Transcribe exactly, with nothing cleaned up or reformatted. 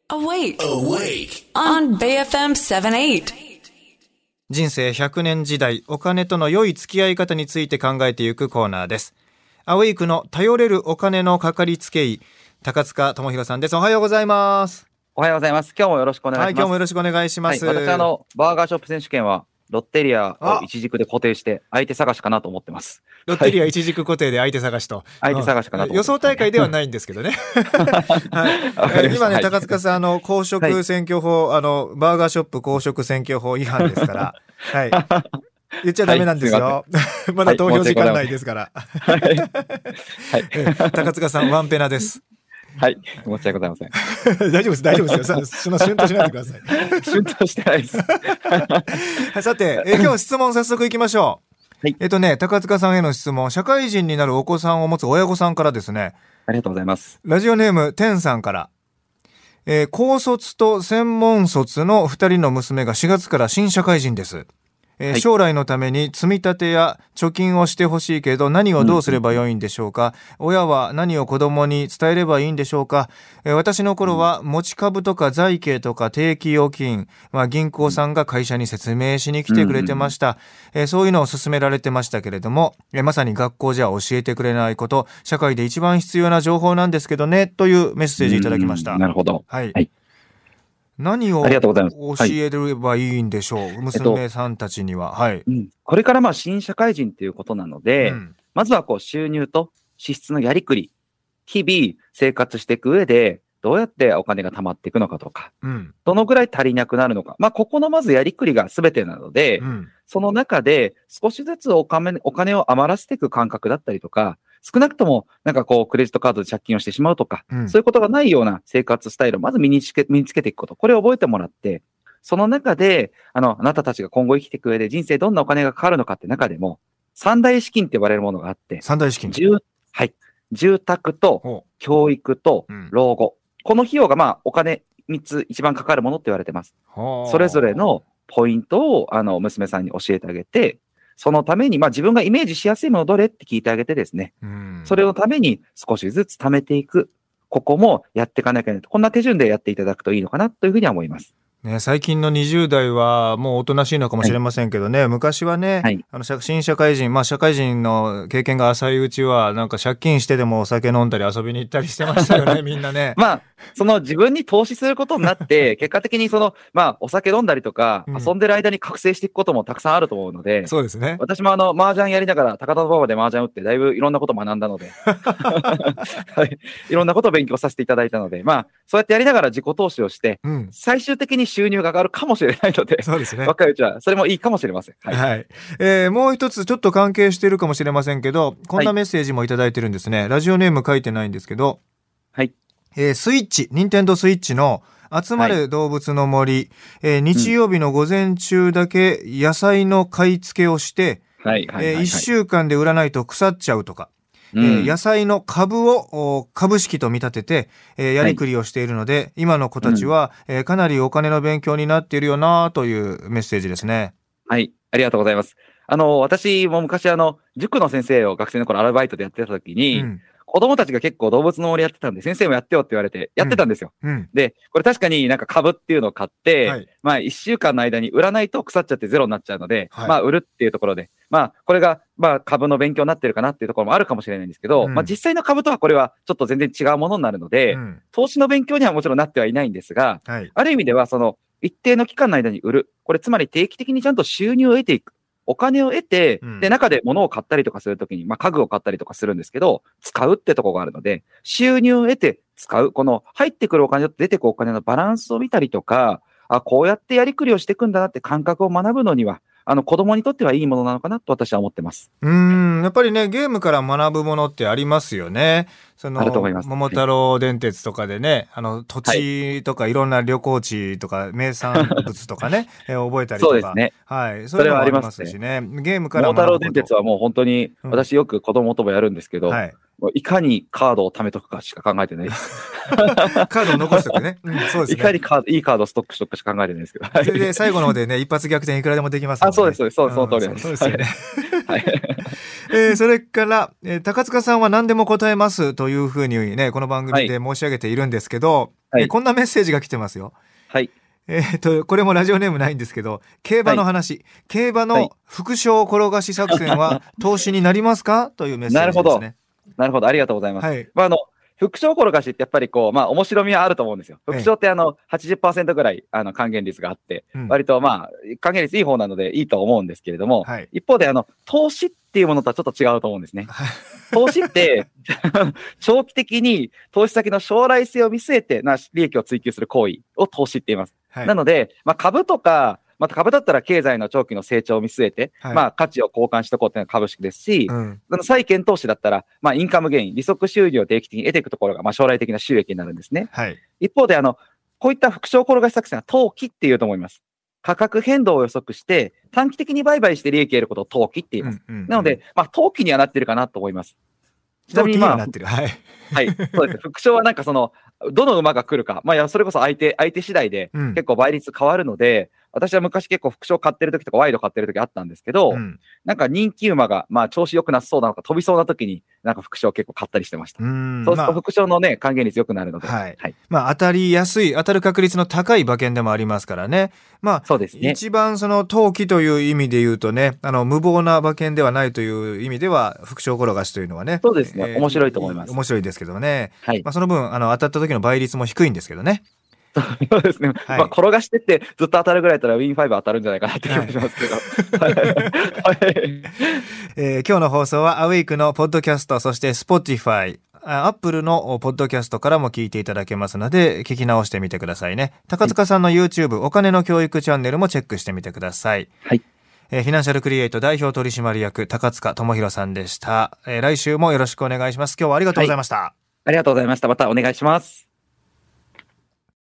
Awake. Awake. On ベイエフエムセブンティーエイト。 人生ひゃくねん時代、お金との良い付き合い方について考えていくコーナーです。アウェイクの頼れるお金のかかりつけ医、高塚智博さんです。おはようございます。 おはようございます。今日もよろしくお願いします。 はい、今日もよろしくお願いします。 はい、私あのバーガーショップ選手権はロッテリアを一軸で固定して相手探しかなと思ってます。 ロッテリア一軸固定で相手探しと、 相手探しかなと思ってます、ね、 予想大会ではないんですけどね、はい、今ね、高塚さん、あの公職選挙法、はい、あのバーガーショップ公職選挙法違反ですから、はい、言っちゃダメなんですよ、はい、まだ投票時間内ですから、はいはい、高塚さんワンペナです。 はい、申し訳ございません。 大丈夫です、大丈夫ですよ。そのシュンとしないでください。 シュンとしてないです。 さて、え今日質問早速いきましょう。はい、えっとね、高塚さんへの質問、社会人になるお子さんを持つ親御さんからですね。 ありがとうございます。 ラジオネーム、天さんから。えー、高卒と専門卒のふたりの娘がしがつから新社会人です。えーはい、将来のために積み立てや貯金をしてほしいけど何をどうすればよいんでしょうか、うん、親は何を子供に伝えればいいんでしょうか、えー、私の頃は持ち株とか財形とか定期預金、まあ、銀行さんが会社に説明しに来てくれてました、えー、そういうのを勧められてましたけれども、えー、まさに学校じゃ教えてくれないこと、社会で一番必要な情報なんですけどね、というメッセージいただきました。 なるほど、 はい、 はい、 何を教えればいいんでしょう、はい、娘さんたちには、はい、 うん、これからまあ新社会人ということなので、うん、まずはこう収入と支出のやりくり、日々生活していく上でどうやってお金が貯まっていくのかとか、うん、どのぐらい足りなくなるのか、まあ、ここのまずやりくりが全てなので、うん、その中で少しずつお金、お金を余らせていく感覚だったりとか、少なくともなんかこうクレジットカードで借金をしてしまうとか、うん、そういうことがないような生活スタイルをまず身につけ、身につけていくこと、これを覚えてもらって、その中であのあなたたちが今後生きていく上で人生どんなお金がかかるのかって中でも三大資金って呼ばれるものがあって、 三大資金、 はい、住宅と教育と老後、うん、この費用がまあお金みっつ一番かかるものって言われてます。それぞれのポイントをあの娘さんに教えてあげて、そのために、まあ、自分がイメージしやすいものどれって聞いてあげてですね、うん、それのために少しずつ貯めていく、ここもやっていかなきゃいけない、こんな手順でやっていただくといいのかなというふうには思います。 ね、最近のにじゅう代はもうおとなしいのかもしれませんけどね、はい、昔はね、はい、あの新社会人、まあ社会人の経験が浅いうちはなんか借金してでもお酒飲んだり遊びに行ったりしてましたよねみんなね。 まあその自分に投資することになって結果的にそのまあお酒飲んだりとか、うん、遊んでる間に覚醒していくこともたくさんあると思うので、 そうですね。 私もあの麻雀やりながら高田馬場で麻雀打ってだいぶいろんなことを学んだので、はい、いろんなことを勉強させていただいたので、まあそうやってやりながら自己投資をして、うん、最終的に収入が上がるかもしれないので、 そうですね。 若いうちはそれもいいかもしれません。はい。 はい、えー、もう一つちょっと関係しているかもしれませんけど、こんなメッセージもいただいてるんですね。はい、ラジオネーム書いてないんですけど、 はい。 えー、スイッチ、ニンテンドースイッチの集まれ動物の森、はい、えー、日曜日の午前中だけ野菜の買い付けをして、はいはいはいはい、えー、いっしゅうかんで売らないと腐っちゃうとか、うん、えー、野菜の株を株式と見立てて、えー、やりくりをしているので、はい、今の子たちは、うん、えー、かなりお金の勉強になっているよなというメッセージですね。 はい、ありがとうございます。あの私も昔あの塾の先生を学生の頃アルバイトでやってた時に、うん、子供たちが結構動物の森やってたんで先生もやってよって言われてやってたんですよ、うんうん、でこれ確かになんか株っていうのを買って、はい、まあいっしゅうかんの間に売らないと腐っちゃってゼロになっちゃうので、はい、まあ売るっていうところで、まあこれがまあ株の勉強になってるかなっていうところもあるかもしれないんですけど、うん、まあ実際の株とはこれはちょっと全然違うものになるので、うん、投資の勉強にはもちろんなってはいないんですが、はい、ある意味ではその一定の期間の間に売る、これつまり定期的にちゃんと収入を得ていく、お金を得て、うん、で、中で物を買ったりとかするときに、まあ、家具を買ったりとかするんですけど、使うってとこがあるので、収入を得て使う、この入ってくるお金と出てくるお金のバランスを見たりとか、あ、こうやってやりくりをしていくんだなって感覚を学ぶのには、あの子供にとってはいいものなのかなと私は思ってます。 うーん、やっぱりね、ゲームから学ぶものってありますよね。その桃太郎電鉄とかでね、はい、あの土地とかいろんな旅行地とか名産物とかね、え覚えたりとか、 そうですね。 はい、それはありますしね。ゲームから学ぶ桃太郎電鉄はもう本当に、うん、私よく子供ともやるんですけど、はい、いかにカードを貯めとくかしか考えてないです。 カードを残しておくね。うん、そうですね。 いかにカードいいカードをストックしとくかしか考えてないですけど。はい、 それで最後の方でね、一発逆転いくらでもできますもんね。 あ、そうですそうです。そう、その通りです。 そうですよね。はい。えー、それから、えー、高塚さんは何でも答えますとというふうにね、この番組で申し上げているんですけど、はい、えこんなメッセージが来てますよ。 はい。 えー、とこれもラジオネームないんですけど、競馬の話、はい、競馬の副賞転がし作戦は投資になりますかというメッセージですね。なるほど、 なるほど、ありがとうございます。はい、まあ、あの副賞転がしってやっぱりこう、まあ、面白みはあると思うんですよ。副賞ってあの はちじゅっパーセント ぐらいあの還元率があって、うん、割とまあ還元率いい方なのでいいと思うんですけれども、はい、一方であの投資っていうものとはちょっと違うと思うんですね。投資って長期的に投資先の将来性を見据えてな利益を追求する行為を投資って言います。はい、なので、まあ、株とかまた株だったら経済の長期の成長を見据えて、はい、まあ価値を交換しておこうというのが株式ですし、うん、債券投資だったら、まあインカムゲイン、利息収入を定期的に得ていくところが、まあ将来的な収益になるんですね。はい、一方で、あの、こういった副賞転がし作戦は投機っていうと思います。価格変動を予測して、短期的に売買して利益を得ることを投機って言います。うんうんうん、なので、まあ投機にはなってるかなと思います。 ちなみにまあ、なってる。はい。 はい。そうです。副賞はなんかその、どの馬が来るか、まあ、いや、それこそ相手、相手次第で結構倍率変わるので、うん、私は昔結構副賞買ってる時とかワイド買ってる時あったんですけど、うん、なんか人気馬が、まあ、調子良くなそうなのか飛びそうな時に、なんか副賞結構買ったりしてました。うん、そうすると副賞のね、還元率良くなるので。はい。はい、 まあ、当たりやすい、当たる確率の高い馬券でもありますからね。まあ、 そうですね。 一番その投機という意味で言うとね、あの、無謀な馬券ではないという意味では、副賞転がしというのはね。 そうですね。えー、面白いと思います。 面白いですけどね。はい。まあ、その分、あの、当たった時の倍率も低いんですけどね。 そうですね。はい、まあ、転がしてってずっと当たるぐらいだったらウィンファイブ当たるんじゃないかなって気がしますけど。はいえー、今日の放送はアウェイクのポッドキャスト、そして Spotify、アップルのポッドキャストからも聞いていただけますので、聞き直してみてくださいね。高塚さんの YouTube、はい、お金の教育チャンネルもチェックしてみてください。はい。えー、フィナンシャルクリエイト代表取締役高塚智博さんでした。えー、来週もよろしくお願いします。今日はありがとうございました。はい、 ありがとうございました。またお願いします。